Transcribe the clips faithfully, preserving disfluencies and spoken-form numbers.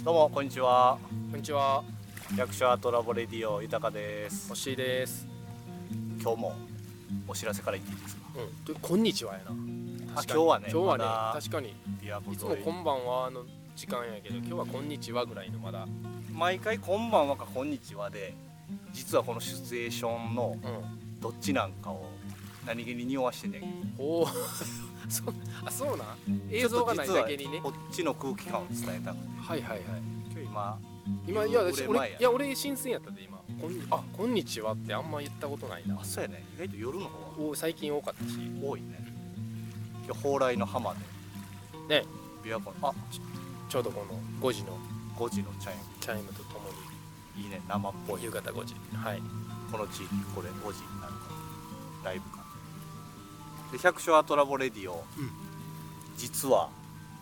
どうもこんにちは。 こんにちは。 役所アートラボレディオ豊です。 ほしいです。 今日もお知らせから言っていいですか。 うん。こんにちはやな。 あ、今日はね。 今日はね、 ま、 確かに。 いや、 いつもこんばんはの時間やけど、今日はこんにちはぐらいのまだ。 毎回こんばんはかこんにちはで、実はこのシチュエーションのどっちなんかを何気に匂わしてね。 うん、おお。そあ、そうなん。映像がないだけにね。 こっちの空気感を伝えたくて。 はいはいはい。 今日今。 今いや私俺いや俺新鮮やったで今。こんあこんにちはってあんま言ったことないな。 あ、そうやね。意外と夜の方は。お最近多かったし。 多いね。今日蓬莱の浜で。 ね。 琵琶湖あち、ちょうどこのごじのごじのチャイムチャイムとともにいいね生っぽい夕方ごじはいこの地域これごじになるからライブ感で百姓アートラボレディオ、うん、実は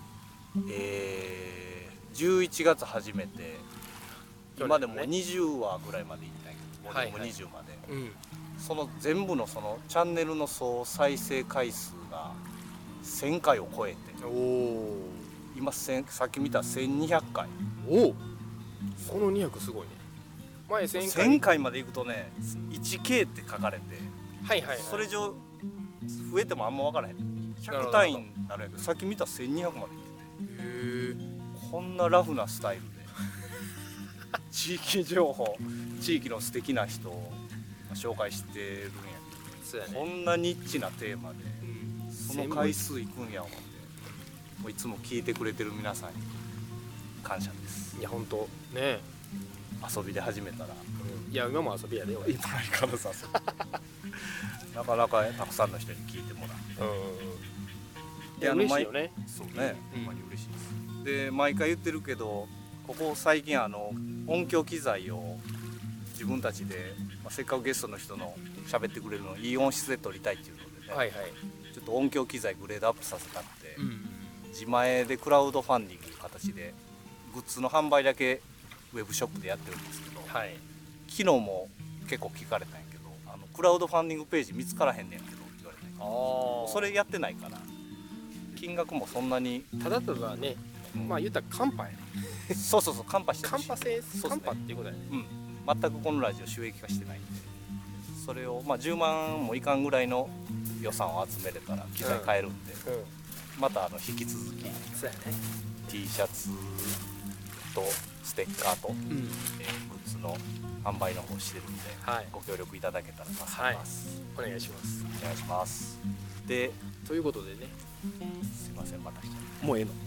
えー、じゅういちがつ始めて今でもにじゅうわぐらいまでいったんやけど、はいはい、もうにじゅうまで、うん、その全部のそのチャンネルの総再生回数がせんかいを超えてお今さっき見たせんにひゃっかいおおこのにひゃくすごいね前せんかいせんかいまでいくとね いちケー って書かれてはいはい、はい、 それ以上増えてもあんま分からへんひゃく単位になるんやけどさっき見たせんにひゃくまでいっててへえこんなラフなスタイルで地域情報地域の素敵な人を紹介してるんやけど、ね、こんなニッチなテーマで、うん、その回数いくんや思ってもういつも聞いてくれてる皆さんに感謝です。 いや本当ね遊びで始めたら、 うん、いや今も遊びやで今相変わらずなかなかたくさんの人に聞いてもらって、うん、 いや嬉しいよね。 そうね、ほんまに嬉しいです。で毎回言ってるけどここ最近あの音響機材を自分たちで、まあ、せっかくゲストの人の喋ってくれるのをいい音質で撮りたいっていうのでね、はいはい、ちょっと音響機材グレードアップさせたって、うん、自前でクラウドファンディングという形でグッズの販売だけウェブショップでやってるんですけど、はい、昨日も結構聞かれたんやけどあのクラウドファンディングページ見つからへんねんけどって言われてあそれやってないから金額もそんなにただただね、うん、まあ言ったらカンパやねそうそうそうカンパしてるしカンパ制カンパっていうことやね、 うん、全くこのラジオ収益化してないんでそれをまあじゅうまんもいかんぐらいの予算を集めれたら機材買えるんで、うんうん、またあの引き続きそうやね T シャツとステッカーと、うんえー、グッズの販売の方してるんで、はい、ご協力いただけたら助かります、 はい、お願いしますお願いしますでということでねすいませんまた来ちゃうもうええの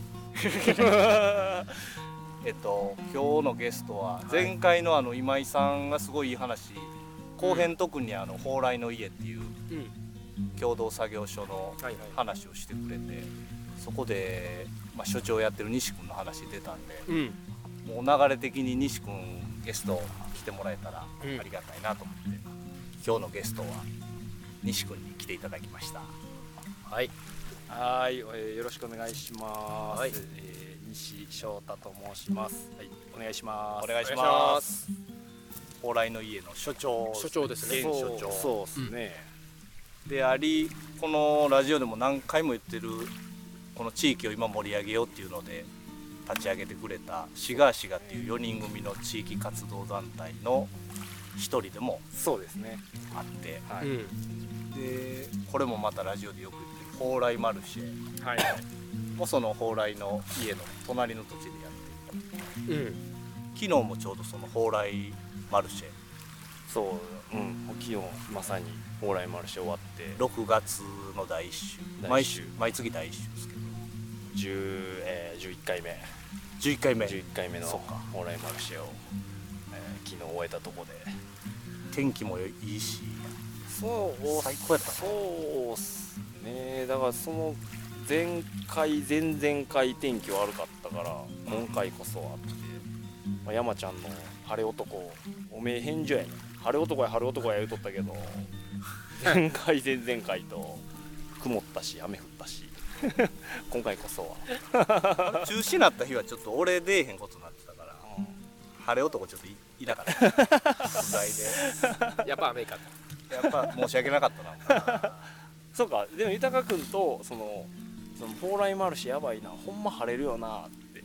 えっと今日のゲストは前回のあの今井さんがすごいいい話後編特にあの蓬莱の家っていう共同作業所の話をしてくれてそこで、まあ、所長やってる西君の話出たんで、うん、もう流れ的に西君ゲスト来てもらえたらありがたいなと思って、うん、今日のゲストは西君に来ていただきました。 はいはい、えー、よろしくお願いします、はいえー、西翔太と申します、はい、お願いしますお願いします蓬莱の家の所長所長ですね現所長そうですね、 うん、でありこのラジオでも何回も言ってるこの地域を今盛り上げようっていうので立ち上げてくれたシガーシガっていうよにん組の地域活動団体の一人でもそうですねあって、 はい、 うん、でこれもまたラジオでよく言ってる蓬莱マルシェ、はい、もその蓬莱の家の隣の土地でやってる、うん、昨日もちょうどその蓬莱マルシェそう、うん、昨日まさに蓬莱マルシェ終わってろくがつのだいいっ週毎週毎月だいいっ週ですけどじゅう、えー、じゅういっかいめじゅういっかいめじゅういっかいめの蓬莱マルシェを、えー、昨日終えたとこで天気もいいしそう最高やったねそうっすねだからその前回前々回天気悪かったから今回こそあって、まあ、山ちゃんの晴れ男おめえ返事やね晴れ男や晴れ男や言うとったけど前回前々回と曇ったし雨降ったし今回こそは中止になった日はちょっと俺出えへんことになってたから、うん、晴れ男ちょっと い, いなかった不在でやっぱ雨かったやっぱ申し訳なかったなそうかでも豊君とそのその蓬莱マルシェやばいなほんま晴れるよなって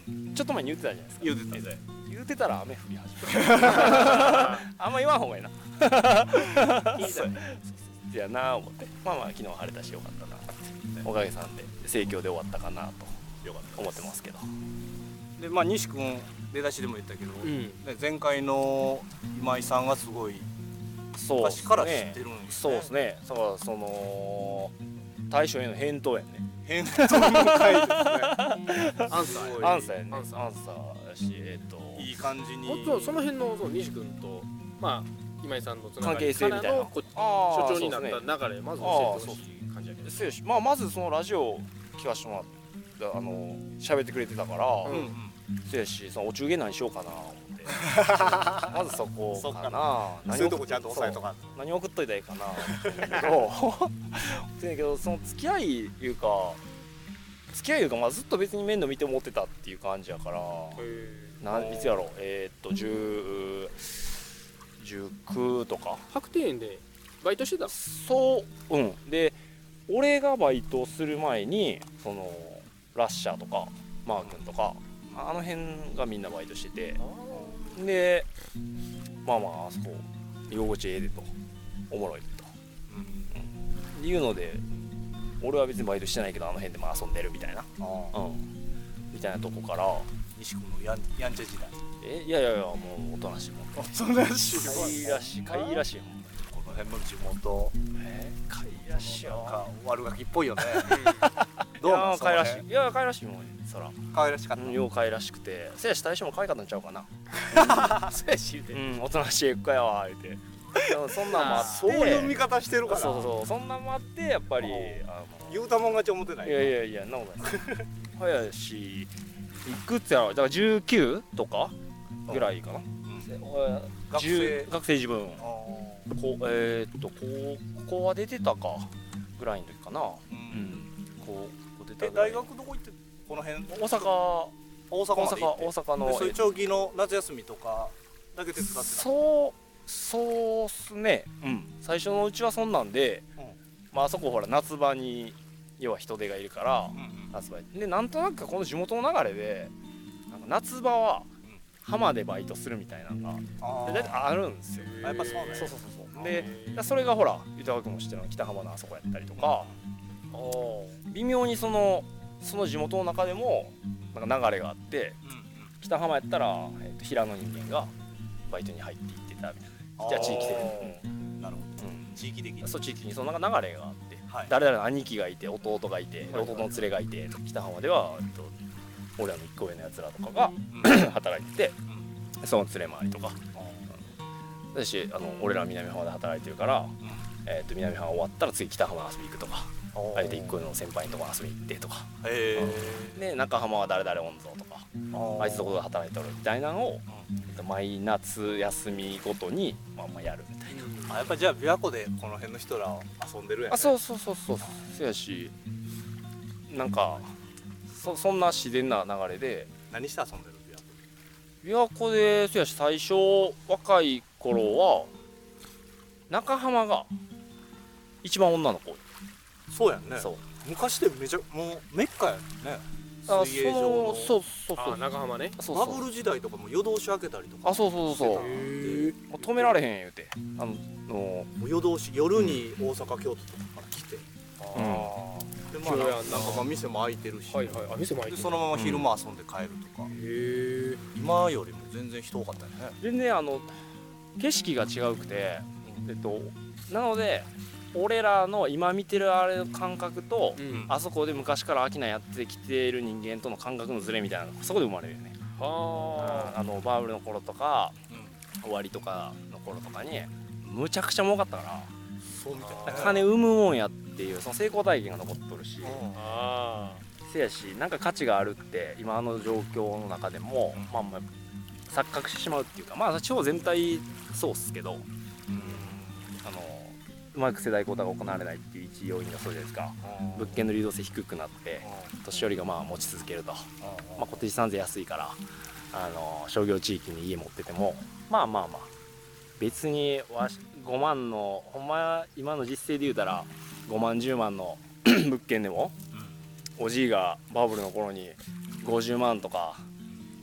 ちょっと前に言ってたじゃないですか。 言うてた言うてたら雨降り始めたあんま言わん方がいいないいじゃんいやなあ思って、まあまあ昨日晴れたしよかったなって、おかげさんで盛況で終わったかなと思ってますけど。 でまあ西君出だしでも言ったけど、 うんね、前回の今井さんがすごいそうですね、 昔から知ってるんですね。 そうですね。だからその大将への返答やね。 返答の回ですね。 アンサーアンサーやね。 アンサーアンサーやし、えっといい感じに。 もちろんその辺のその西君とまあ今井さんのつなが関係り性みたいなからのこあー所長になったそう流れ、まず教えてほしい感じやけど。 そうやし、まあまずそのラジオ聞かせてもらったあの喋ってくれてたから、 うんうんそうやし、そのお中元何しようかな思ってまずそこそっかかな。何そういうとこちゃんと押さえとかんと。 そう何送っといたらいいかな思ってんだけどそうやけどその付き合いいうか付き合いいうか、まあ、ずっと別に面倒見て思ってたっていう感じやからなんいつやろうえー、っとじゅう、じゅうきゅうとか白庭園でバイトしてた。 そううんで俺がバイトする前にそのラッシャーとかマー君とかあの辺がみんなバイトしててでまあまあそう居心地ええでとおもろいと、うん、いうので俺は別にバイトしてないけどあの辺でまあ遊んでるみたいな、うんみたいなとこから西君のやんやんちゃ時代。 えいやいやいやもうおとなしいもんそんなしかいらしいかいらしいもんこの辺の地元えー、かいらしいよなんか悪ガキっぽいよね。 どうなんもかいらしいいやかいらしいもんそら可愛らしかった。 うんようかいらしくてせやし大将も可愛かったんちゃうかなそうやし言うてうんおとなしい子やわ言うてでもそんなんもあってそういう見方してるから。 そうそうそうそんなんもあってやっぱりうんあの言うたもん勝ち思ってない。 いやいやいやそんなことないです早いしいくつやろだからじゅうきゅうとかぐらいかなうん学じゅ生う学生自分あこえー、っと高校は出てたかぐらいの時かなーううんん高校出たえぐらい大学どこ行ってこの辺大阪大阪大阪まで行って大阪のでそういう長期の夏休みとかだけ手伝ってた。 そうそうっすねうん最初のうちはそんなんで、 うんまああそこほら夏場に要は人手がいるからうんうん夏場にでなんとなくこの地元の流れでなんか夏場は浜でバイトするみたいなのがあで大体あるんですよあやっぱそうね。 そうそうそうそうでそれがほら豊君も知ってるの北浜のあそこやったりとか微妙にそのその地元の中でもなんか流れがあってうんうん北浜やったら、えーと平野人間がバイトに入っていってたみたいなじゃあ地域的に、 うんなるほど。 うん地域的に。 そう地域的にそのなんか流れがあって、 はい誰々の兄貴がいて弟がいてはい弟の連れがいて北浜では、えっと、俺らのいっこ上のやつらとかがうん働いててその連れ回りとかだしあの俺ら南浜で働いてるから、えっと南浜終わったら次北浜遊び行くとかあれでいっこ上の先輩のとこ遊びに行ってとかへで中浜は誰々おんぞとかえ。 あいつどこで働いておるみたいなのを、えっと毎夏休みごとにまあまあやるみたいな。 あやっぱじゃあ琵琶湖でこの辺の人ら遊んでるやん、ね。 あそうそうそうそうそうやしなんか そ, そんな自然な流れで何して遊んでる琵琶湖。 琵琶湖でそうやし最初若い頃は中浜が一番女の子そうやんね。 そう昔でめちゃもうメッカやんね。 あ水泳場のそのそうそうそうあ長浜ね。 そうそうバブル時代とかも夜通し開けたりとか。 あそうそうそうそうへもう止められへん言うてあののもう夜通し夜に大阪京都とかから来て、 あでまあなんかそうやんななんかまあ店も開いてるし、 はいはい。あ店も開いてる。 でそのまま昼間遊んで帰るとか、 へえ。 今よりも全然人多かったよね。 全然あの景色が違うくてえっとなので俺らの今見てるあれの感覚と、 うん。 あそこで昔から商いやってきている人間との感覚のズレみたいなのがそこで生まれるよね。 はあのバブルの頃とか終わりとかの頃とかにむちゃくちゃ儲かったからそうみたいあー金生むもんやっていうその成功体験が残っとるしあ。あせやしなんか価値があるって今の状況の中でも、まあまあ錯覚してしまうっていうかまあ地方全体そうっすけどあのうまく世代交代が行われないっていう一要因がそうじゃないですか。物件の流動性低くなって年寄りがまあ持ち続けると、まあ、コテージ産税安いからあの商業地域に家持っててもまあまあまあ別にわしごまんのほんま今の実勢で言うたらごまんじゅうまんの物件でもおじいがバブルの頃にごじゅうまんとか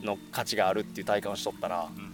の価値があるっていう体感をしとったら、 うん、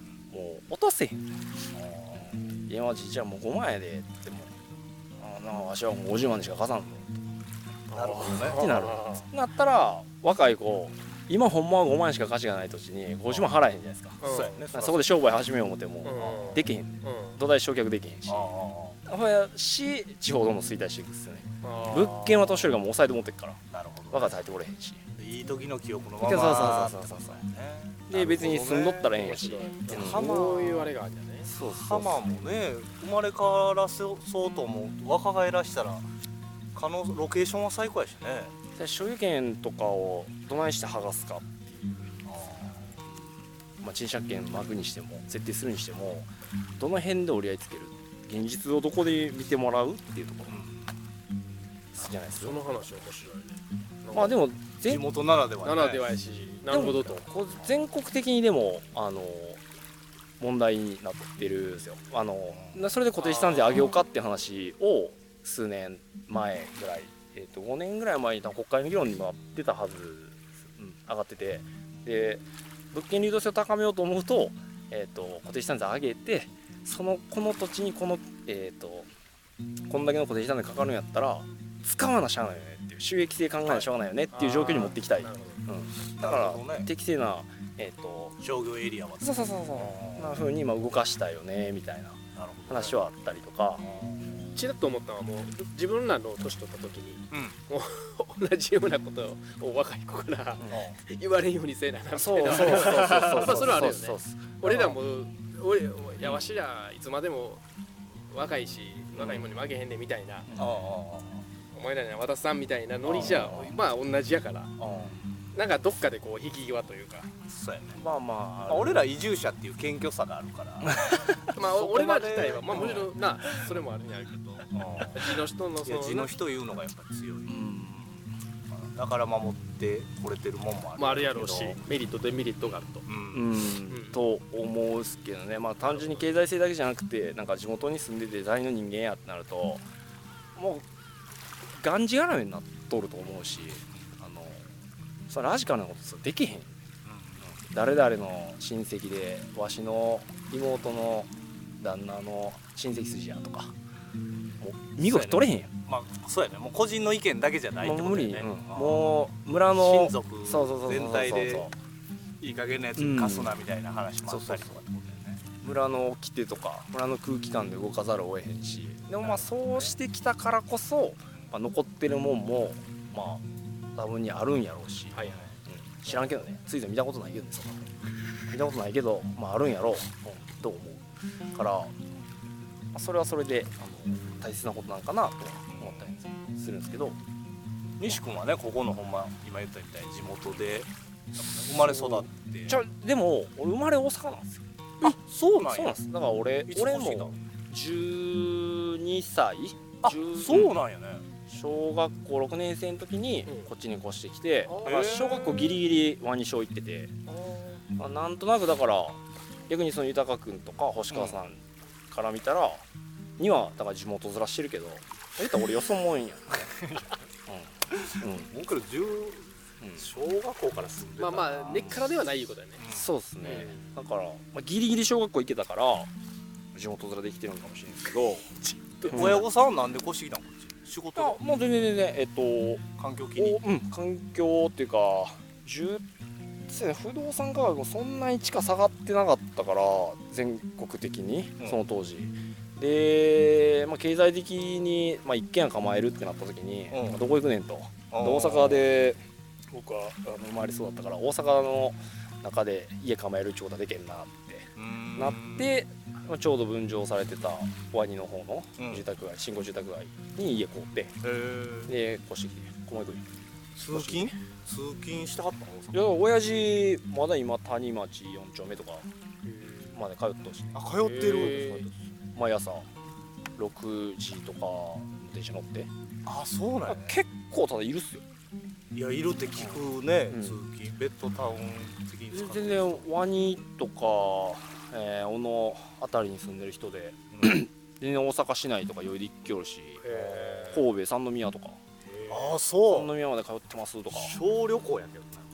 もう落とせへん。いやマジじゃあもうごまんやでってもあなわしはもうごじゅうまんにしか貸さんぞなるほどねってなるなったら若い子今ほんまはごまんしか価値がない土地にごじゅうまん払えへんじゃないですか。 そうやね。 そこで商売始めよう思ってもうんできへん、 うん土台焼却できへんし、 あほやし地方どんどん衰退していくっすよね。 あー物件は年寄りがもう抑えて持ってっからあ、なるほど、 若さ入ってこれへんし、 いい時の記憶のままそうそうそうそうそうね。 で別に住んどったらええんやし、 ハマそういうあれがあるんだね。 そうそう浜もね、生まれ変わらせそうと思う若返らしたら可能ロケーションは最高やしね。 で所有権とかをどないして剥がすかっていう、まあ、賃借権巻くにしても設定するにしてもどの辺で折り合いつける、現実をどこで見てもらうっていうところじゃないですか。 その話面白いね。 まあでも全地元ならではね。 ならではやし、なるほどと。 こう全国的にでもあの問題になってるんですよ。あのそれで固定資産税上げようかって話を数年前ぐらい、えー、とごねんぐらい前に国会の議論にも出たはず、うん、上がってて、で物件流動性を高めようと思うと、えー、と固定資産税上げてそのこの土地にこの、えー、とこんだけの固定資産税かかるんやったら使わなしゃあないよねっていう、収益性考えなしゃあないよねっていう状況に持っていきたい。 なるほうん、だなからるほどね適正な、えー、と商業エリアはそうそうそうそうな風に今動かしたいよねみたいななるほどね話はあったりとか、 ちらっと思ったのはもう自分らの年取った時にうんもう同じようなことを若い子から言われんようにせえななみたいな。 そうそうそうそうそうまあそれはあるよねそうそう俺らも俺いやわしらいつまでも若いし若いもんに負けへんねみたいな、 ああお前らには渡さんみたいなノリじゃまあ同じやから、 ああなんかどっかでこう引き際というか、 そうやね。 まあまあまあ俺ら移住者っていう謙虚さがあるからまあそこ俺らまで自体はまあもちろんなそれもあるんやけど、地の人のそのいや地の人いうのがやっぱり強い、 うんだから守ってこれてるもんもあるまああるやろうしけどメリットデメリットがあると。 うんうんうんと思うっすけどね。まあ単純に経済性だけじゃなくてなんか地元に住んでて在の人間やってなるともうがんじがらめになっとると思うし、あのそれラジカルなことさできへん。誰々の親戚でわしの妹の旦那の親戚筋やとかもう身動き取れへんやん。 まあそうやね。もう個人の意見だけじゃないってもう無理、 ことだよね、 うんもう村の親族そうそうそうそう全体でそういい加減なやつに貸すなみたいな話もあったりとかってことだよね。 村の掟とか村の空気感で動かざるを得へんし、でもまあそうしてきたからこそ、まあ、残ってるもんもまあ多分にあるんやろうし、 はいはい。 うん、知らんけどね、ついぞ見たことないけどね、そんなの見たことないけどまああるんやろう、うん、と思うから、まあ、それはそれであの大切なことなんかなと思ったりするんですけど、 西君はねここのほんま今言ったみたいに地元で生まれ育ってじゃでも俺生まれ大阪なんですよ。 あそうなんや。 そうなんですだから俺いつ俺越してきたもじゅうにさいあじゅうそうなんやね。 小学校ろくねん生の時にうんこっちに越してきて、 あーだから小学校ギリギリワニ小行ってて、まあ、なんとなくだから逆にその豊君とか星川さんから見たら、にはだから地元面してるけど言ったら俺よそもんやうん、うん僕らじゅううん小学校から住んでたな。 まあまあ根っからではないいうことだよね。 そうですね、だから、まあ、ギリギリ小学校行けたから地元面できてるのかもしれないですけど、 で親御さんはなんで越してきたのこっち仕事あもう全然全然えっと環境気におうん環境っていうか住そうやね不動産価格もそんなに地価下がってなかったから全国的にうんその当時、で、まあ、経済的に、まあ、一軒家構えるってなった時に、 うんまあどこ行くねんと、であー大阪で僕はあの生まれそうだったから大阪の中で家構えるってことはできんなってうーんなって、まあちょうど分譲されてたワニの方のうん住宅街、新興住宅街に家買ってへーで越してきてここ行くね通勤通勤してはったのいや親父まだ今谷町よん丁目とかまで通ってほしいあ通ってるへ毎朝ろくじとかの電車乗ってあそうなんやね。 結構ただいるっすよいやいるって聞くね、 うん通勤ベッドタウン的に使って全然ワニとか、えー、小野辺りに住んでる人でうん全然大阪市内とか余裕で行きよるしへ神戸三宮とかあそう三宮まで通ってますとか小旅行やけどな。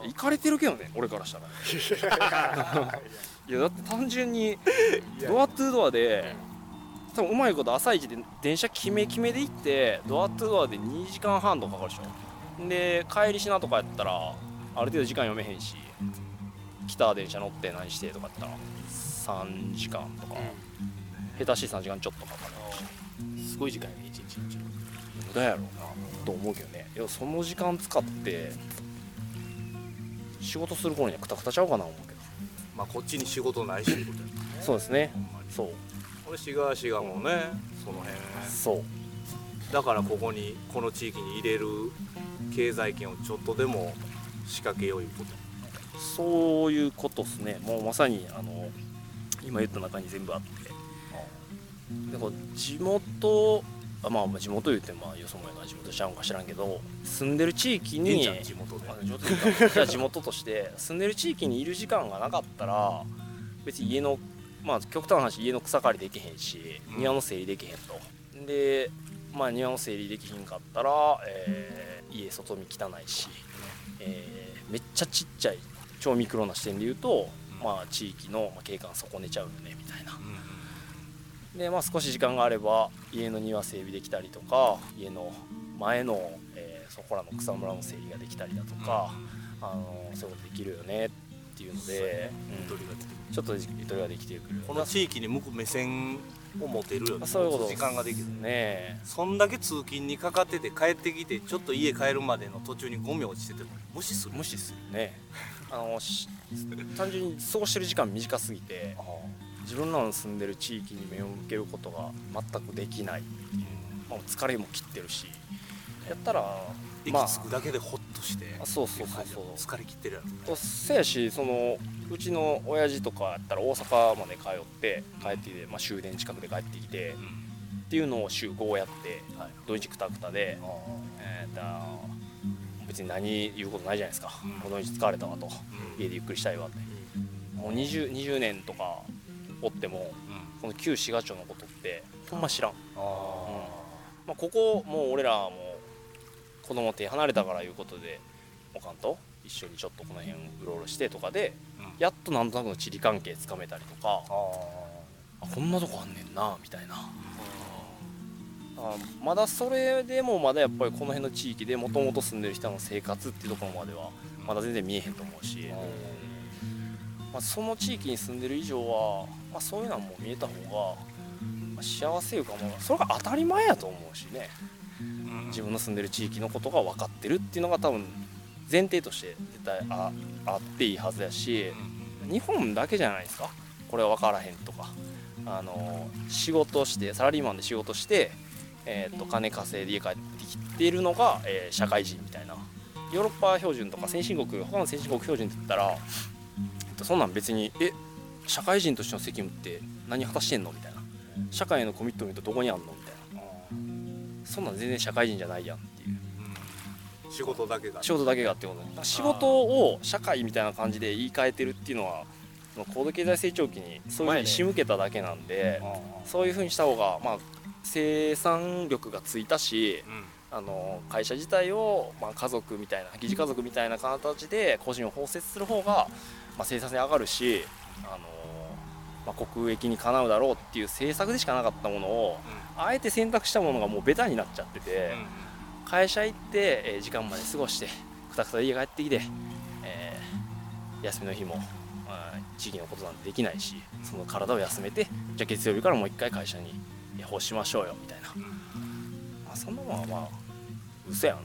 行かれてるけどね俺からしたらいやだって単純にドアトゥードアで多分うまいこと朝一で電車決め決めで行ってドアトゥードアでにじかんはんとかかかるでしょ。で帰りしなとかやったらある程度時間読めへんし来た電車乗って何してとかやったらさんじかんとか、うん、下手しいさんじかんちょっとかかるしすごい時間やねいちにちのうちの無駄やろうなと思うけどね。いやその時間使って仕事する頃にはクタクタちゃうかな思うけど、 まあこっちに仕事ないしってことやね。 そうですね。そうこれ滋賀滋賀もね、その辺そうだからここにこの地域に入れる経済圏をちょっとでも仕掛けよういうことや。 そういうことですね。もうまさにあの今言った中に全部あって、でこう地元あまあ地元言ってまあよそもやから地元ちゃうんか知らんけど住んでる地域に地元で地元でじゃあ地元として住んでる地域にいる時間がなかったら別に家のまあ極端な話家の草刈りできへんし庭の整理できへんと、うん、でまあ庭の整理できひんかったら、えー、家外見汚いし、えー、めっちゃちっちゃい超ミクロな視点で言うと、まあ、地域の景観損ねちゃうよねみたいな。でまあ少し時間があれば家の庭整備できたりとか家の前の、えー、そこらの草むらの整理ができたりだとか、あのそういうことできるよねっていうので、うん、ちょっとゆとりができてくる。 この地域に向く目線を持てるよね。 そういうこと時間ができるね。 そんだけ通勤にかかってて帰ってきてちょっと家帰るまでの途中にゴミ落ちてても無視する無視するね。あの単純に過ごしてる時間短すぎて自分らの住んでる地域に目を向けることが全くできないっていう、まあ、疲れも切ってるしやったら駅着くだけでホッとして、 まあ、そうそうそうそう疲れ切ってるやろ。 せやしそのうちの親父とかやったら大阪まで通って帰ってきて、まあ、終電近くで帰ってきて、うん、っていうのを週ごやって、はい、土日クタクタで、えー、だ別に何言うことないじゃないですか、うん、もう土日疲れたわと、うん、家でゆっくりしたいわって、うん、もう 20, 20年とかおっても、うん、この旧滋賀町のことってほんま知らん。あ、うんまあ、ここもう俺らも子供手離れたからいうことでおかんと一緒にちょっとこの辺うろうろしてとかで、うん、やっとなんとなくの地理関係つかめたりとか、ああこんなとこあんねんなみたいな、あまだそれでもまだやっぱりこの辺の地域でもともと住んでる人の生活っていうところまではまだ全然見えへんと思うし、うんまあ、その地域に住んでる以上は、まあ、そういうのはもう見えた方が、まあ、幸せいうかもうそれが当たり前やと思うしね、自分の住んでる地域のことが分かってるっていうのが多分前提として絶対 あ, あっていいはずやし、日本だけじゃないですかこれは分からへんとか、あの仕事してサラリーマンで仕事して、えー、と金稼いで家帰ってきているのが、えー、社会人みたいな。ヨーロッパ標準とか先進国他の先進国標準って言ったら、えっと、そんなん別にえ社会人としての責務って何果たしてんのみたいな、社会へのコミットメントどこにあんのみたいな、そんなん全然社会人じゃないやんっていう、 うん、仕事だけが仕事だけがってこと仕事を社会みたいな感じで言い換えてるっていうのは高度経済成長期にそういうふうに仕向けただけなんで、ね、そういうふうにした方が、まあ、生産力がついたし、うん、あの会社自体を、まあ、家族みたいな疑似家族みたいな形で個人を包摂する方が、まあ、生産性上がるし、あのまあ、国益にかなうだろうっていう政策でしかなかったものを、うん、あえて選択したものがもうベタになっちゃってて、うん、会社行って、えー、時間まで過ごしてくたくたで家帰ってきて、えー、休みの日も、まあ、地域のことなんてできないし、その体を休めてじゃあ月曜日からもう一回会社に干しましょうよみたいな、まあ、そんなもんはまあ嘘やな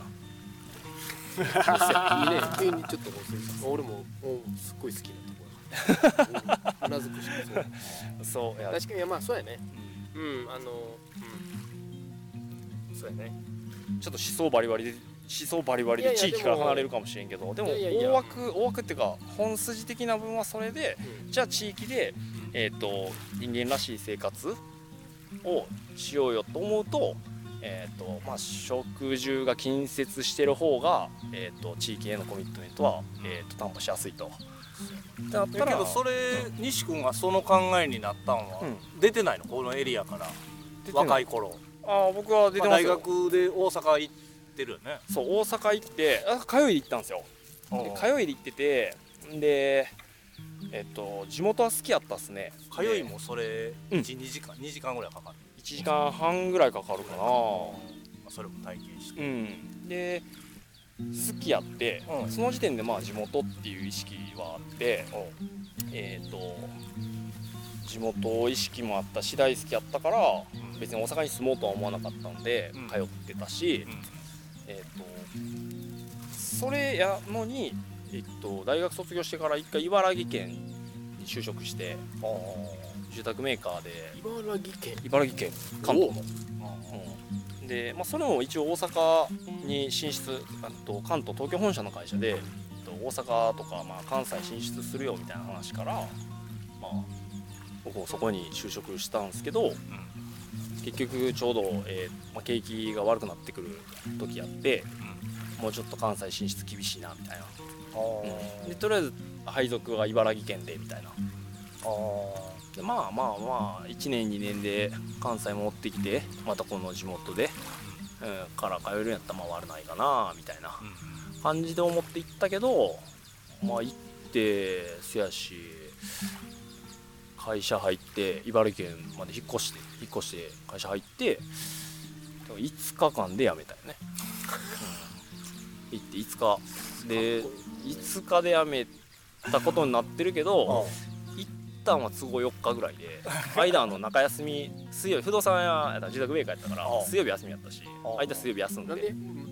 いいね、急にちょっと俺もすっごい好きなところだからうなずくしそうそうや確かにまあそうやね、うん、うん、あの、うん、そうやね、 ちょっと思想バリバリで思想バリバリで地域から離れるかもしれんけど、でも大枠大枠っていうか本筋的な部分はそれで、うん、じゃあ地域で、えーと、人間らしい生活をしようよと思うと、えーとまあ、食住が近接してる方が、えーと、地域へのコミットメントは、えーと、担保しやすいと。 だったらけどそれ、うん、西君がその考えになったんは、うん、出てないのこのエリアから若い頃。 あ僕は出てますよ、 まあ、大学で大阪行ってるよね。 そう大阪行って通いで行ったんですよ。 で通いで行ってて、でえっと地元は好きやったっすね。 通いもそれいち、にじかんにじかんぐらいかかる。 いちじかんはんぐらいかかるかな。 それも体験して、 うん、で好きやって、うん、その時点でまあ地元っていう意識はあって、えっと地元意識もあったし大好きやったから、うん、別に大阪に住もうとは思わなかったので、うん、通ってたし、うん、えっとそれやのに、えっと、大学卒業してから一回茨城県に就職して、住宅メーカーで茨城県茨城県関東の、うん、で、まあ、それも一応大阪に進出、あと関東東京本社の会社で、えっと、大阪とか、まあ、関西進出するよみたいな話から、まあ、僕もそこに就職したんですけど、うん、結局ちょうど、えーまあ、景気が悪くなってくる時やって、うん、もうちょっと関西進出厳しいなみたいな、うん、でとりあえず配属は茨城県でみたいな。でまあまあまあいちねんにねんで関西戻ってきてまたこの地元で、うん、から通えるんやったらまあ悪ないかなみたいな感じで思って行ったけど、まあ行ってせやし会社入って茨城県まで引っ越して引っ越して会社入っていつかかんで辞めたよね、うん、行っていつかでいつかで辞めたことになってるけど一旦は都合よっかぐらいで間あの中休み水曜日不動産や住宅メーカーやったから水曜日休みやったし間水曜日休んでなんで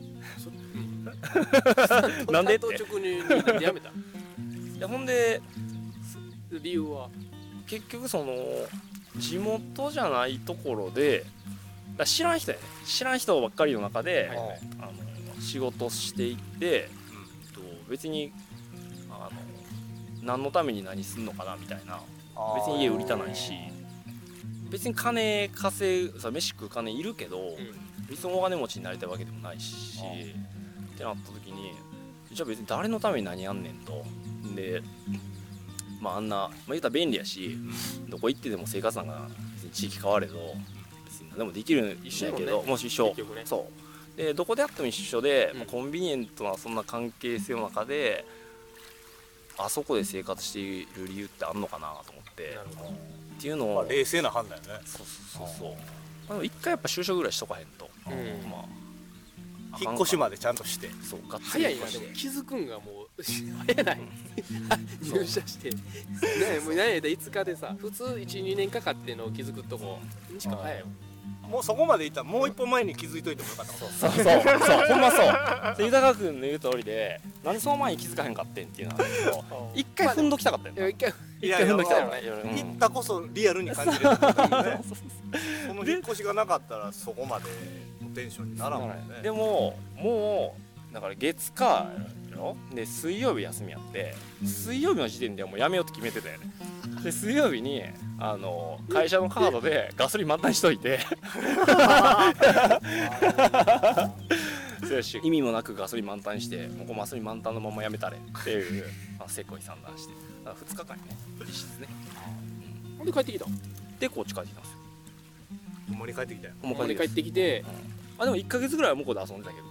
なんでって直になんで辞めたいやほんで理由は結局その地元じゃないところでだ知らん人やね知らん人ばっかりの中で、はいはい、あの仕事していって、うん、別にあの何のために何すんのかなみたいな別に家売りたないし別に金稼ぐさ飯食う金いるけど、うん、別に大金持ちになりたいわけでもないしってなった時にじゃあ別に誰のために何やんねんとでまああんな、まあ、言うたら便利やしどこ行ってでも生活なんか別に地域変われど別に何でもできる一緒やけど、ね、もし一緒、ね、そうでどこであっても一緒で、うんまあ、コンビニエントなそんな関係性の中であそこで生活している理由ってあんのかなと思ってっていうのを、 まあ、冷静な判断よね。 そうそうそうそうまあ、一回やっぱ就職ぐらいしとかへんと、うんまあ、引っ越しまでちゃんとしてそうガッツリ早いなでも気づくんがもう早ない入社してねもう何やったらいつかでさ普通 いちにねんかかってのを気づくとこにしか早いよもうそこまでいったらもう一歩前に気づいといてもよかったそうそうそうそうほんまそう豊君の言う通りでなんでその前に気づかへんかってんっていうのなんだけど一回踏んどきたかったよね一回一回踏んどきたかったよね行ったこそリアルに感じれるってことだよねその引っ越しがなかったらそこまでのテンションにならんもんねでももうだから月火で水曜日休みやって水曜日の時点ではもうやめようって決めてたよねで水曜日にあの会社のカードでガソリン満タンしといて意味もなくガソリン満タンしてもうこうガソリン満タンのままやめたれっていうせこい算段してだからふつかかんね実質ねほんで帰ってきたでこっち帰ってきたんですよほんまに帰ってきたよほんまに帰ってきて、うん、 あでもいっかげつぐらいは向こうで遊んでたけど、うん、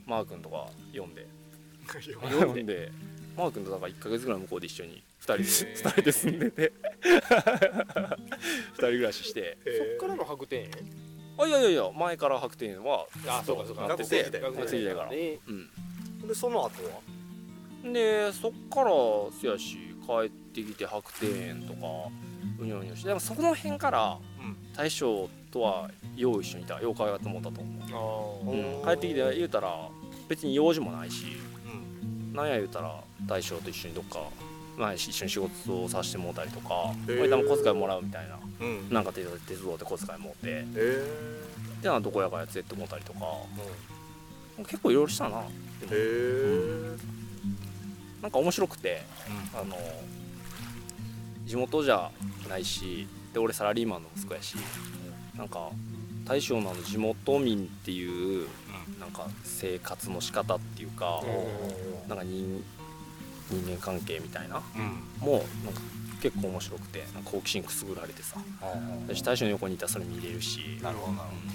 マー君とか呼んで呼んでマー君とだからいっかげつぐらい向こうで一緒にふたりでふたりで住んでてふたり暮らししてそっからの白天園あいやいやいや前から白天園はあそうかそうかなってて学生時代から、 ねうん、でその後はでそっからせやし帰ってきて白天園とかうにょうにょしてでもそこの辺から、うん、大将とはよう一緒にいたよう可愛がってもったと思う、うん、帰ってきて言うたら別に用事もないし、うん、なんや言うたら大将と一緒にどっか、まあ、一緒に仕事をさせてもらったりとかこれでも小遣いもらうみたいな、うん、なんか手伝って小遣いもらってでなんかどこやかやつやってもらったりとか、うん、結構いろいろしたなへえなんか面白くて、うん、あの地元じゃないしで俺サラリーマンの息子やしなんか大将のあの地元民っていうなんか生活の仕方っていうかなんか 人, 人間関係みたいな、うん、もうなんか結構面白くてなんか好奇心くすぐられてさ私大将の横にいたらそれ見れるしなるほどなるほど、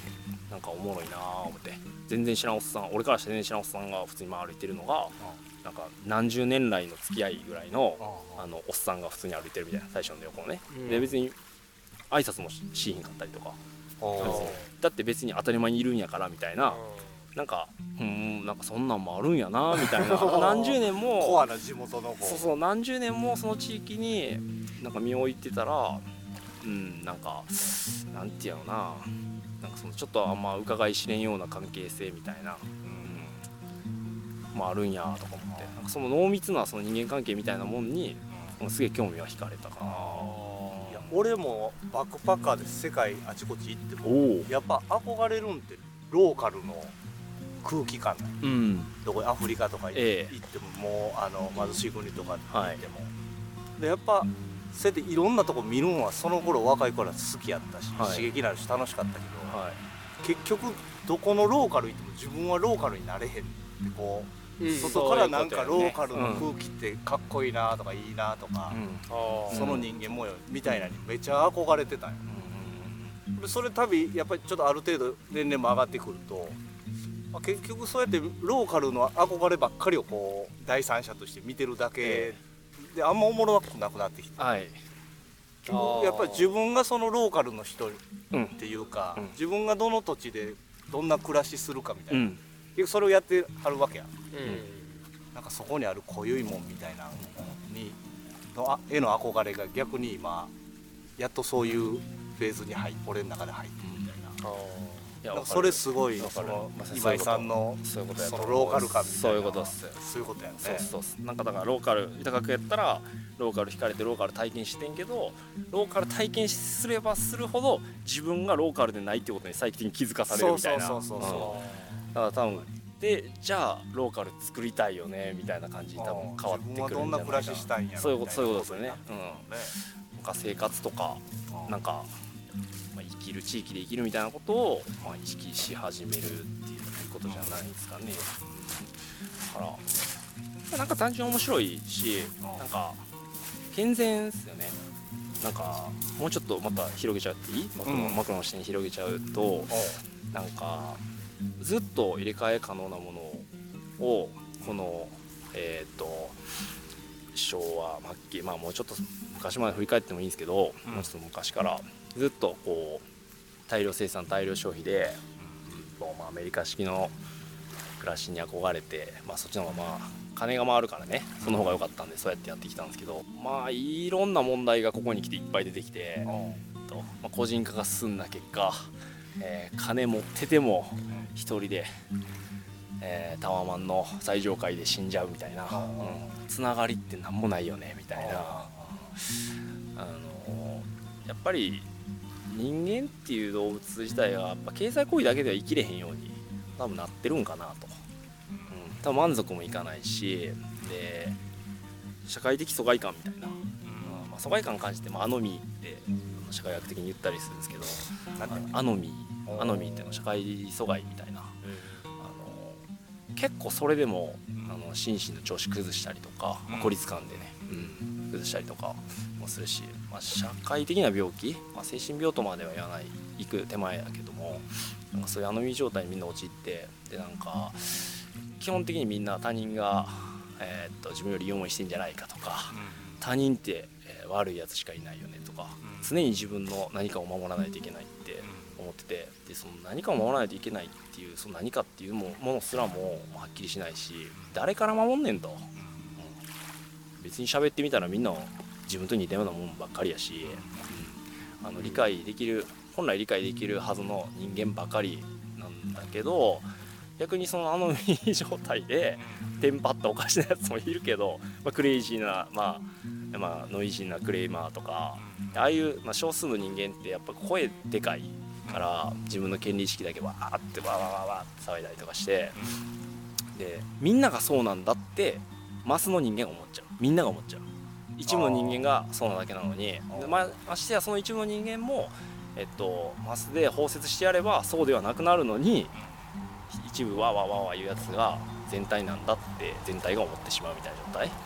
なんかおもろいなぁ思って、全然知らんおっさん、俺からして全然知らんおっさんが普通に歩いてるのが、なんか何十年来の付き合いぐらいのあのおっさんが普通に歩いてるみたいな、最初の横をね、うん、で別に挨拶も し, しひんかったりとか、だって別に当たり前にいるんやからみたいな、なんかうんなんかそんなんもあるんやなみたいな何十年もコアな地元のそうそう何十年もその地域になんか身を置いてたら、うんなんかなんていうのな、なんかそのちょっとあんま伺い知れんような関係性みたいな、うん、まああるんやとか思って、なんかその濃密なその人間関係みたいなもんにすげえ興味は惹かれたかな。 いや俺もバックパッカーで世界あちこち行ってもやっぱ憧れるんってローカルの空気感、うん、どこアフリカとか行って、ええ、行ってももうあの貧しい国とか行っても、はい、でやっぱそうやっていろんなとこ見るのはその頃若い頃は好きやったし、はい、刺激になるし楽しかったけど、はい、結局どこのローカル行っても自分はローカルになれへんってこう、うん、外からなんかローカルの空気ってかっこいいなとかいいなとか、うん、その人間模様みたいなにめちゃ憧れてたんよ、うん、それ多分やっぱりちょっとある程度年齢も上がってくると結局そうやってローカルの憧ればっかりをこう第三者として見てるだけであんまおもろくなくなってきて、はい、やっぱり自分がそのローカルの人っていうか、うん、自分がどの土地でどんな暮らしするかみたいな、うん、結局それをやってはるわけや、うん、なんかそこにある濃ゆいもんみたいなにのへの憧れが逆に今やっとそういうフェーズに入って俺の中で入ってるみたいな。それすごいその今井さんのそのローカル感みたいなそういうことっすそういうことやね。 そうそうそうなんかだからローカル高くやったらローカル惹かれてローカル体験してんけどローカル体験すればするほど自分がローカルでないってことに最近気づかされるみたいな。そうそうそうそうだから多分でじゃあローカル作りたいよねみたいな感じに多分変わってくるんじゃないかな。自分はどんな暮らししたいんやろそういうことそういうことですよね。うんなんか生活とかなんか生きる地域で生きるみたいなことを、まあ、意識し始めるっていうことじゃないですかね。だからなんか単純に面白いしなんか健全ですよね。なんかもうちょっとまた広げちゃっていいマクロ、うん、マクロの視点に広げちゃうとなんかずっと入れ替え可能なものをこのえっと昭和末期まあもうちょっと昔まで振り返ってもいいんですけど、うん、もうちょっと昔からずっとこう大量生産大量消費で、うんまあ、アメリカ式の暮らしに憧れて、まあ、そっちの方がまあ金が回るからねその方が良かったんでそうやってやってきたんですけどまあいろんな問題がここに来ていっぱい出てきて、うんとまあ、個人化が進んだ結果、えー、金持ってても一人で、えー、タワマンの最上階で死んじゃうみたいな、うん、つながりってなんもないよねみたいな、あのやっぱり人間っていう動物自体がやっぱ経済行為だけでは生きれへんように多分なってるんかなと、うん、多分満足もいかないしで社会的疎外感みたいな、うんまあ、疎外感感じてもアノミーって社会学的に言ったりするんですけどアノミーアノミーっていうのは社会疎外みたいな、うん、あの結構それでもあの心身の調子崩したりとか、まあ、孤立感でね、うん、崩したりとかもするし、まあ、社会的な病気、まあ、精神病とまでは言わない行く手前だけどもなんかそういうアノミー状態にみんな陥ってでなんか基本的にみんな他人が、えー、っと自分よりいい思いしてんじゃないかとか、うん、他人って、えー、悪いやつしかいないよねとか、うん、常に自分の何かを守らないといけないって思っててでその何かを守らないといけないっていうその何かっていうものすらもはっきりしないし誰から守んねんと、うん、別に喋ってみたらみんな自分と似たようなもんばっかりやし、うん、あの理解できる本来理解できるはずの人間ばかりなんだけど逆にそのアノミー状態でテンパったおかしなやつもいるけど、まあ、クレイジーな、まあまあ、ノイジーなクレイマーとかああいう、まあ、少数の人間ってやっぱ声でかいから自分の権利意識だけわーってわーわーわーわーって騒いだりとかしてでみんながそうなんだってマスの人間が思っちゃうみんなが思っちゃう一部の人間がそうなだけなのにで ま, ましてやその一部の人間も、えっと、マスで包摂してやればそうではなくなるのに一部わーわーわーわー言うやつが全体なんだって全体が思ってしまうみたいな状態、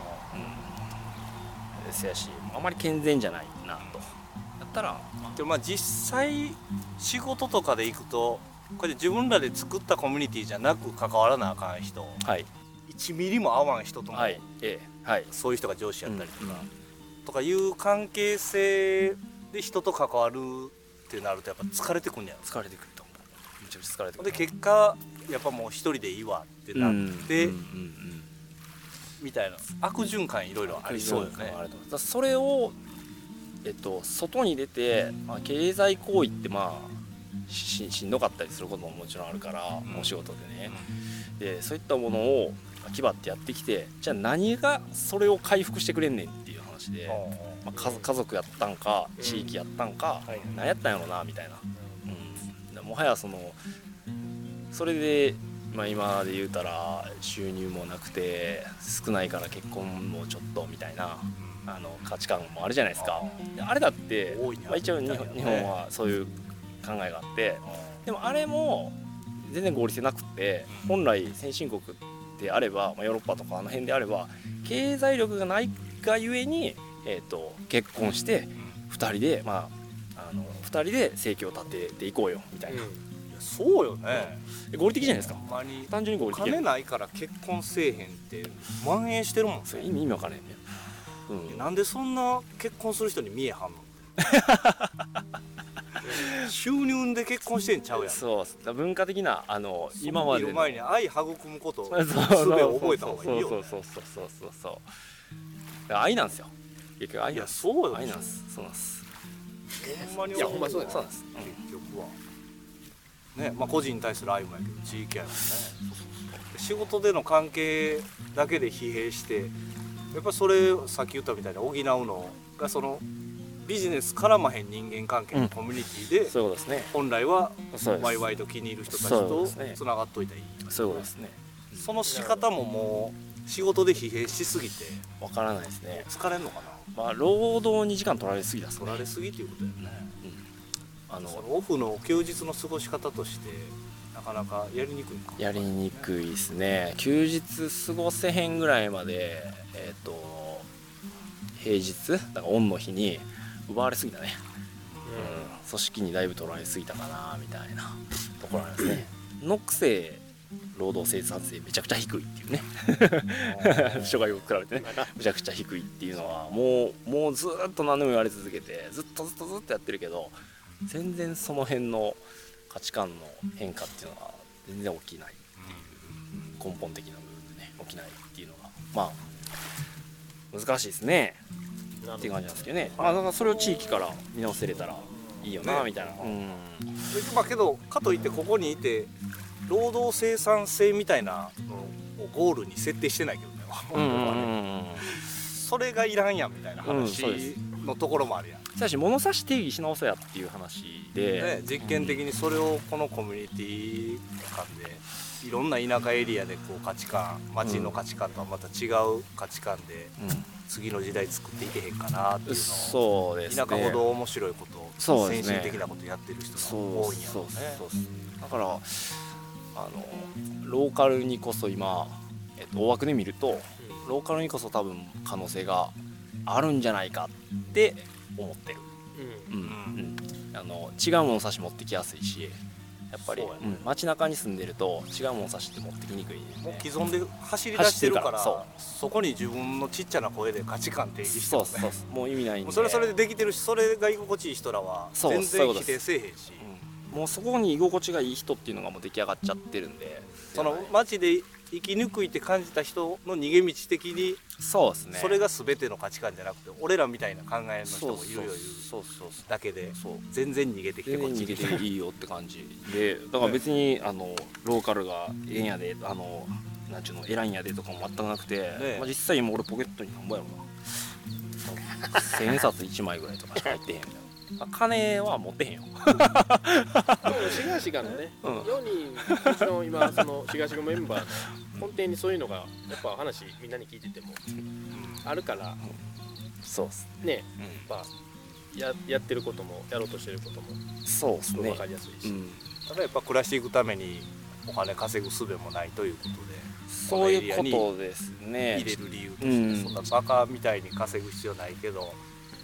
うん、せやしあまり健全じゃないなとやったらでもまあ実際仕事とかで行くとこれ自分らで作ったコミュニティじゃなく関わらなあかん人、 はい、 いちミリも合わん人とも、 はい、ええ、はい、 そういう人が上司やったりとか、 うん、 とかいう関係性で人と関わるってなるとやっぱ疲れてくんやろ。 疲れてくると思う。めちゃくちゃ疲れてくる。 で結果やっぱもう一人でいいわってなって、 うんうんうんうん、 みたいな悪循環いろいろありそうよね。 だそれを、えっと、外に出て、まあ、経済行為ってまあ し, しんどかったりすることももちろんあるから、うん、お仕事でね、うん、でそういったものを気張ってやってきて、じゃあ何がそれを回復してくれんねんっていう話で、まあ、家, 家族やったんか地域やったんか、うん、何やったんやろなみたいな、うん、もはやそのそれで、まあ、今で言うたら収入もなくて少ないから結婚もちょっとみたいなあの価値観もあるじゃないですか。 あ, あれだって、まあ、一応日 本, 日本はそういう考えがあって、でもあれも全然合理性なくって、本来先進国であれば、まあ、ヨーロッパとかあの辺であれば経済力がないがゆえに、えー、と結婚してふたりで、まあ、あのふたりで生計を立てていこうよみたいな、うん、 そうよね、 うん、合理的じゃないですか。単純に合理的。 金ないから結婚せえへんって蔓延してるもんね。 それ意味意味わからへんね、 うん、なんでそんな結婚する人に見えはんの収入で結婚してんちゃうやん。 そう文化的なあの今までの前に愛育むことすべを覚えた方がいいよ。 そうそうそうそうそうそうそう愛なんですよ結局。愛なんです。 いやそうよ、 愛なんです。そうなんです。 ほんまに。 いやほんまそうです。 そうなんです、 結局はね、まあ個人に対する愛もやけど地域やもんね。仕事での関係だけで疲弊して、やっぱそれさっき言ったみたいに補うのがそのビジネス絡まへん人間関係のコミュニティで、うん、 そういうことですね。 本来はワイワイと気に入る人たちとつながっといたらいい。 そういうことですね。 その仕方ももう仕事で疲弊しすぎてわからないですね。 疲れんのかな。 まあ労働に時間取られすぎだ、ね、 取られすぎっていうことだよね、うん、あのそのオフの休日の過ごし方としてなかなかやりにくいか。 やりにくいですね。休日過ごせへんぐらいまで、えー、と平日だからオンの日に奪われすぎたね、うん、組織にだいぶ取られすぎたかなみたいなところなんですね。のくせ労働生産性めちゃくちゃ低いっていうね諸外国比べてねめちゃくちゃ低いっていうのはもうもうずっと何でも言われ続けてずっとずっとずっとやってるけど、全然その辺の価値観の変化っていうのが全然起きないっていう、根本的な部分でね起きないっていうのがまあ難しいですねっていう感じなんですけどね。まあだからそれを地域から見直せれたらいいよな、ね、みたいな、うん、 まあけどかといってここにいて労働生産性みたいなのをゴールに設定してないけどね、うんうんうん、それがいらんやんみたいな話のところもあるやん。 しかし物差し定義し直そうやっていう話で、 ね、実験的にそれをこのコミュニティ間でいろんな田舎エリアでこう価値観町の価値観とはまた違う価値観で次の時代作っていけへんかなっていうのを、 そうですね、 田舎ほど面白いこと、 そうですね、 先進的なことやってる人が多いんやろうね。 そうそうそう、だからあのローカルにこそ今、えっと、大枠で見るとローカルにこそ多分可能性があるんじゃないかって思ってる、うんうんうん、あの違う物差し持ってきやすいし、やっぱり、ね、うん、街中に住んでると違う物差しって持ってきにくい、ね、 もう既存で走り出してるから、そう、そこに自分のちっちゃな声で価値観定義してもね、そうそうそう、 もう意味ないんで、 もうそれそれでできてるし、それが居心地いい人らは全然否定せえへんし、 うん、もうそこに居心地がいい人っていうのがもう出来上がっちゃってるんで、 その街で生きにくいって感じた人の逃げ道的に、 そうですね、 それが全ての価値観じゃなくて俺らみたいな考えの人もいるよいうだけで全然逃げてきてこっちに逃げていいよって感じで、だから別にあのローカルがええんやで、あのなんちゅうの偉いんやでとかも全くなくて、ね、まあ、実際今俺ポケットに何ぼやろな千円札いちまいぐらいとかしか入ってへんみたいな。金は持ってへんよでもシガシガのね、うん、よにんうちの今そのシガシガメンバーの根底にそういうのがやっぱ話みんなに聞いててもあるから、うん、 そうっすね、うん、やっぱ や, やってることもやろうとしてることもそうっすね、 分かりやすいし、うん、 ただやっぱ暮らしていくためにお金稼ぐ術もないということで、 そういうことですね。 入れる理由として、うん、そんなバカみたいに稼ぐ必要ないけど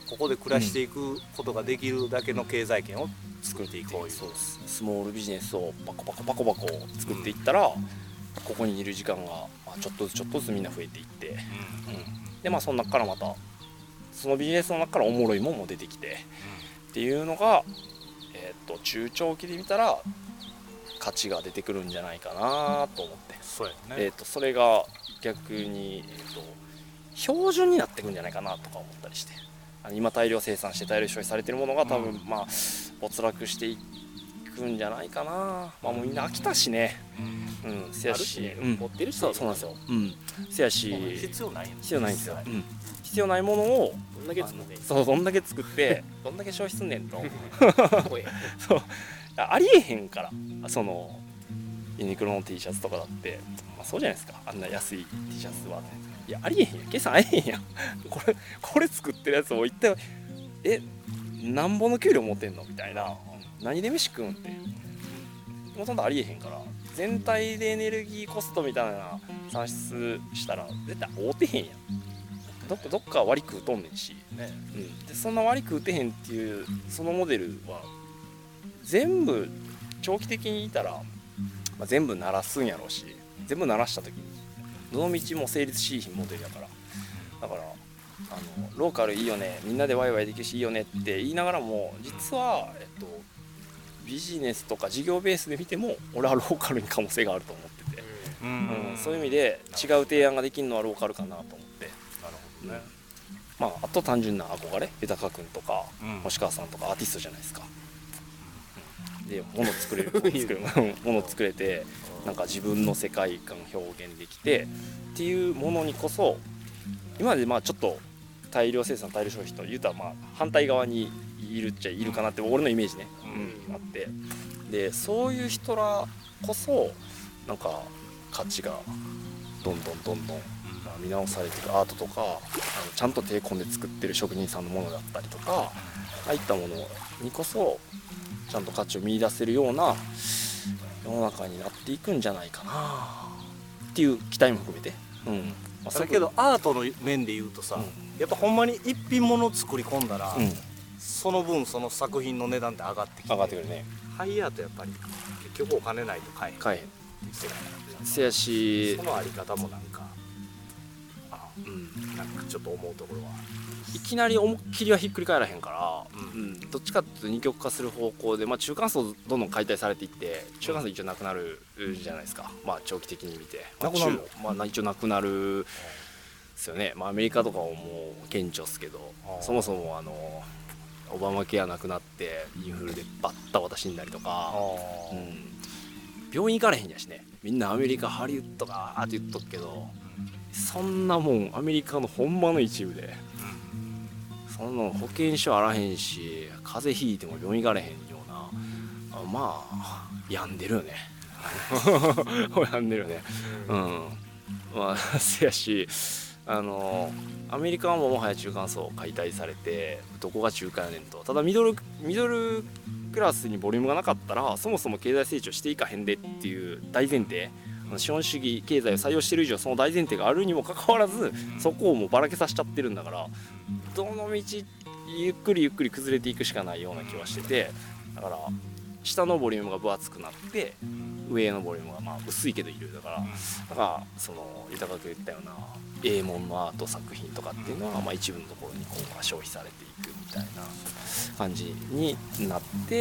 ここで暮らしていくことができるだけの経済圏を作っていこういう、 そうですスモールビジネスをパコパコパコパコ作っていったら、うん、ここにいる時間が、まあ、ちょっとずつちょっとずつみんな増えていって、うんうん、でまあその中からまたそのビジネスの中からおもろいもんも出てきて、うん、っていうのが、えー、と中長期で見たら価値が出てくるんじゃないかなと思って、 そうやね、 えー、とそれが逆に、えー、と標準になってくんじゃないかなとか思ったりして、今大量生産して大量消費されてるものが多分、うん、まあ没落していくんじゃないかな、まあ、もうみんな飽きたしね、うん、うん、せやし、 ね、うん、持ってるし、 そう、そうなんですよ、うん、せやし必要ない必要ないんですよ、うん、必要ないものをどんだけ作ってそうどんだけ作ってどんだけ消費すんねんとそうありえへんからそのユニクロの T シャツとかだって、まあ、そうじゃないですか、あんな安い T シャツは、いやありえへんやん、計算ありえへんやんこれこれ作ってるやつを一体えなんぼの給料持ってんのみたいな、何で飯食うんってほとんどありえへんから、全体でエネルギーコストみたいな算出したら絶対合うてへんやん、どっかどっか割り食うとんねんし、ね、うん、でそんな割り食うてへんっていうそのモデルは全部長期的にいたら、まあ、全部鳴らすんやろうし、全部鳴らした時にどの道も成立しいひんモデルやから、だからあのローカルいいよね、みんなでワイワイできるしいいよねって言いながらも、実は、えっと、ビジネスとか事業ベースで見ても俺はローカルに可能性があると思ってて、うんうん、そういう意味で違う提案ができるのはローカルかなと思って、 なるほどね、 まあ、あと単純な憧れ、豊君とか、うん、星川さんとかアーティストじゃないですか、うん、で物作れる物作れてなんか自分の世界観表現できてっていうものにこそ、今までまあちょっと大量生産大量消費と言うとはまあ反対側にいるっちゃいるかなって俺のイメージね、うん、あって、でそういう人らこそなんか価値がどんどんどんどん見直されていくアートとか、あのちゃんと手込んで作ってる職人さんのものだったりとか、ああいったものにこそちゃんと価値を見出せるような世の中になっていくんじゃないかなっていう期待も含めて、うん、 まあ、だけどアートの面で言うとさ、うん、やっぱほんまに一品物を作り込んだら、うん、その分その作品の値段って上がってきて、 上がってくるね。 ハイアートやっぱり結局お金ないと買えへん、 買えへんせやし、 そのあり方もなんか、あ、うん、なんかちょっと思うところは、 いきなり思いっきりはひっくり返らへんから、うんうん、どっちかっていうと二極化する方向で、まあ、中間層どんどん解体されていって中間層一応なくなるじゃないですか、まあ、長期的に見て、まあ、 なくなる、 まあ、一応なくなるですよね、まあ、アメリカとかはもう顕著ですけど、そもそもあのオバマケアなくなってインフルでバッタバタ死んだりとか、うん、病院行かれへんやしね、みんなアメリカハリウッドがーって言っとくけど、そんなもんアメリカのほんまの一部で、そんな保険証あらへんし、風邪ひいても病院行かれへんような、まあ病んでるよね病んでるよね、うん、まあせやし、あのアメリカはもうもはや中間層解体されて、どこが中間やねんと。ただミドルミドルクラスにボリュームがなかったらそもそも経済成長していかへんでっていう大前提、資本主義経済を採用してる以上その大前提があるにもかかわらず、そこをもうばらけさせちゃってるんだから、どの道ゆっくりゆっくり崩れていくしかないような気はしてて、だから下のボリュームが分厚くなって上のボリュームがまあ薄いけどいる、だからだからその豊君言ったような英文のアート作品とかっていうのはまあ一部のところに今後は消費されていくみたいな感じになって、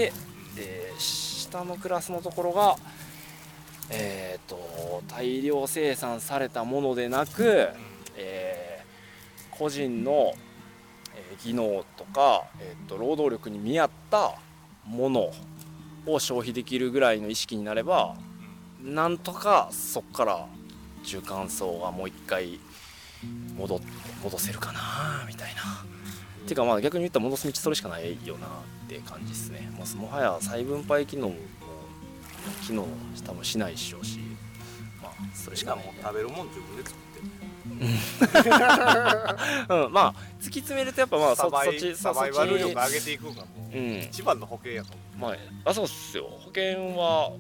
えー、下のクラスのところがえー、と大量生産されたものでなく、えー、個人の、えー、技能とか、えー、と労働力に見合ったものを消費できるぐらいの意識になれば、なんとかそこから中間層がもう一回戻戻せるかなみたいな。てかまあ逆に言ったら戻す道それしかないよなって感じですね。もうもはや再分配機能も機能多分しないでしょうし、まあそれしかない、ね、 もう食べるもん自分で作ってるうん、まあ突き詰めるとやっぱまあそそっちサバイバル力上げていくのがもう、うん、一番の保険やと思う。 まあ、あそうっすよ。保険は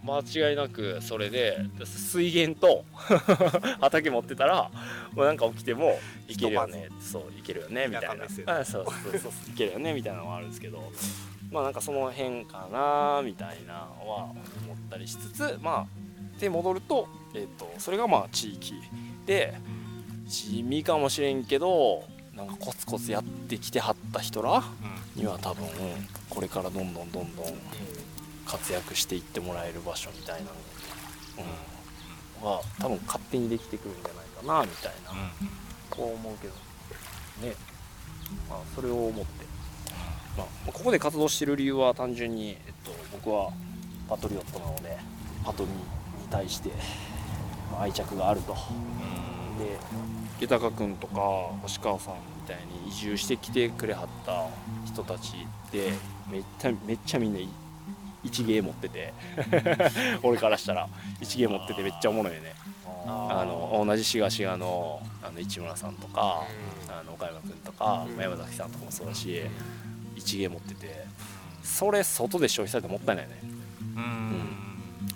間違いなくそれで水源と畑持ってたらもうなんか起きてもいけるよね、そういけるよねみたいな、あそうそうそういけるよねみたいなのはあるんですけど、まあなんかその辺かなみたいなのは思ったりしつつ、まあで戻ると、えっとそれがまあ地域で地味かもしれんけど、なんかコツコツやってきてはった人らには多分これからどんどんどんどん活躍していってもらえる場所みたいなの、うん、は多分勝手にできてくるんじゃないかなみたいな、こう思うけどね。まあそれを思って、まあ、ここで活動してる理由は単純に、えっと、僕はパトリオットなのでパトに対して愛着があると。で豊君とか星川さんみたいに移住してきてくれはった人たちでめっちゃめっちゃみんな一芸持ってて俺からしたら一芸持っててめっちゃおもろいよね。あの同じ滋賀滋賀のあの市村さんとか、あの岡山君とか、うん、山崎さんとかもそうだし、一芸持っててそれ外で消費されてもったいないよね。うん、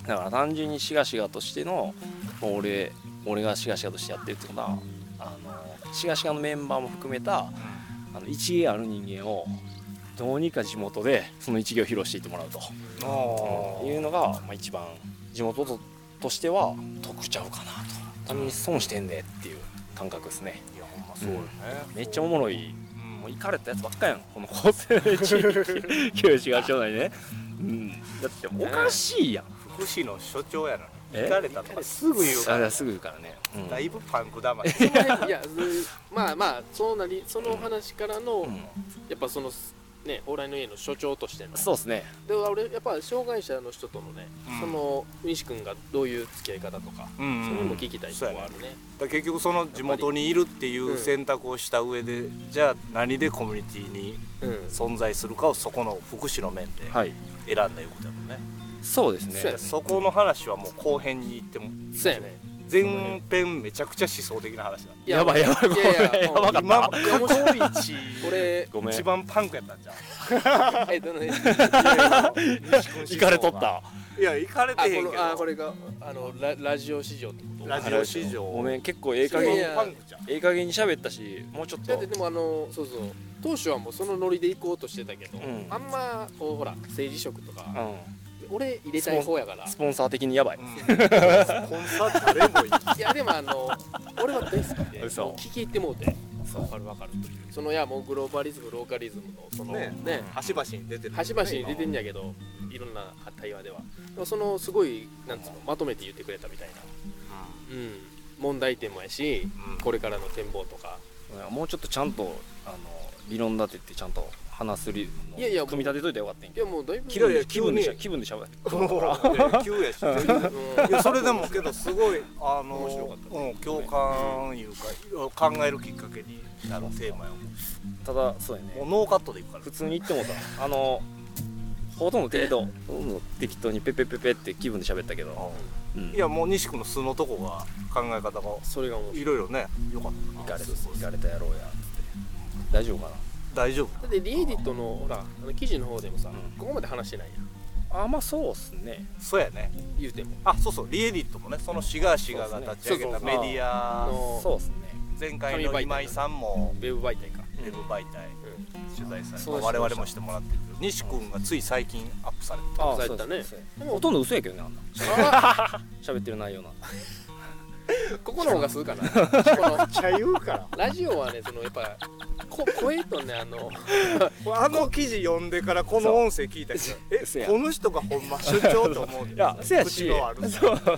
だから単純に滋賀滋賀としての俺俺が滋賀滋賀としてやってるってことは、あの滋賀滋賀のメンバーも含めたあの一芸ある人間をどうにか地元でその一芸を披露していってもらうと、うん、いうのが、まあ、一番地元 と, としては得ちゃうかなと。単純に損してんねっていう感覚ですね。 いやほんまそうよね、 うん、めっちゃおもろい、うん、もうイカれたやつばっかやんこの高生地域旧滋賀町内ね、うん、だっておかしいやん、 福祉の所長やのに行かれたとかすぐ言うから、 すぐ言うからね、 うん、だいぶパンクだまりいやまあまあそうなりその話からの、うん、やっぱそのね往来の家の所長としてのそうですね。 で俺やっぱ障害者の人とのね、うん、その西君がどういう付き合い方とか、うんうん、それも聞きたいとこあるね。 だ結局その地元にいるっていう選択をした上で、うん、じゃあ何でコミュニティに存在するかをそこの福祉の面で選んだいうことだもんね、はい、 そうですね。 そこの話はもう後編に行ってもそうやね。 前編めちゃくちゃ思想的な話だ。 やばいやばい、ごめん、やばかった。 今過去一俺一番パンクやったんじゃん。 えどのね。 行かれとった。 いや行かれてへんけど。 あこれがあの ラ, ラジオ市場ってこと。 ラジオ市場。 ごめん結構ええ加減パンクじゃん。ええ加減に喋ったし、もうちょっと。 だってでもあのそうそう当初はもうそのノリで行こうとしてたけど、うん、あんまこうほら政治色とか。うん俺入れたい方やからスポンサー的にやばい、うん、 スポンサー誰もいいいやでもあの俺は大好きで聞き入ってもうて分かる分かるそのいやもうグローバリズムローカリズムのそのねね端々に出てる端々に出てんやけどいろんな対話ではでもそのすごいなんつうのまとめて言ってくれたみたいな、うんうん、問題点もやし、うん、これからの展望とかもうちょっとちゃんとあの理論立ててちゃんと話すりいやいや組み立てといたらよかったんやいやもうだいぶ気分でしゃ気分でしゃべって急やしいやそれでもけどすごいあの面白かった、うん、共感いうか考えるきっかけになるテーマよ。 ただそうやねもうノーカットでいくから普通に言ってもたあのほとんど適当ほとんど適当にペペペペって気分で喋ったけど、 うん、いやもう西君の素のとこが考え方がそれがいろいろねよかったな。行かれたやろうやって大丈夫かな大丈夫だってリエディットのほらあの記事の方でもさ、うん、ここまで話してないやん。 あまあそうっすね。 そうやね言うてもあそうそうリエディットもねその滋賀滋賀が立ち上げたメディアのそうっすね前回の今井さんもウェブ媒体かウェブ媒体、うん、取材されて、まあ、我々もしてもらってるけど西君がつい最近アップされてアップされたね。 でもほとんど嘘やけどねあんな喋ってる内容なここの方がするかな。 このめっちゃ言うからラジオはねそのやっぱこ声とねあのあの記事読んでからこの音声聞いたけどえこの人がほんま所長と思ういやせやしのあるそうそう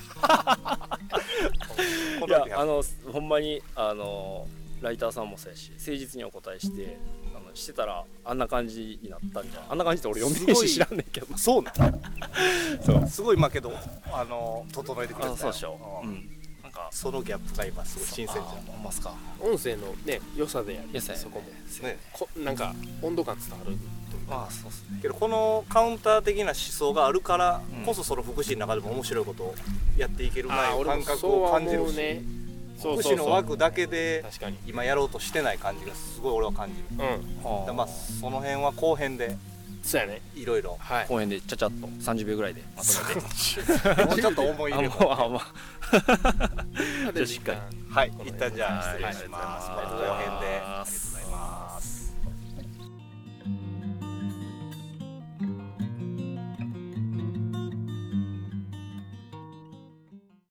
いやあのほんまにあのライターさんもそうやし誠実にお答えしてあのしてたらあんな感じになったんじゃん。あんな感じって俺読んでへんし知らんねんけどそうなんそうすごいまあけどあの整えてくれてたよ。 そうでしょ、うん、なんかそのギャップが今すごい新鮮じゃん。 ほんますか音声のね良さでありそこもねこなんか温度感伝わるというまあそうっすね。 けどこのカウンター的な思想があるからこそその福祉の中でも面白いことをやっていけるないう感覚を感じるし、ね、福祉の枠だけで今やろうとしてない感じがすごい俺は感じる、うん、だまあその辺は後編でそうやね。 いろいろはい。 後編でちゃちゃっとさんじゅうびょうぐらいでまとめてもうちょっと思いあ入れもうあももうじゃあしっかりはい一旦じゃあはい失礼しますありがとうございます後編でます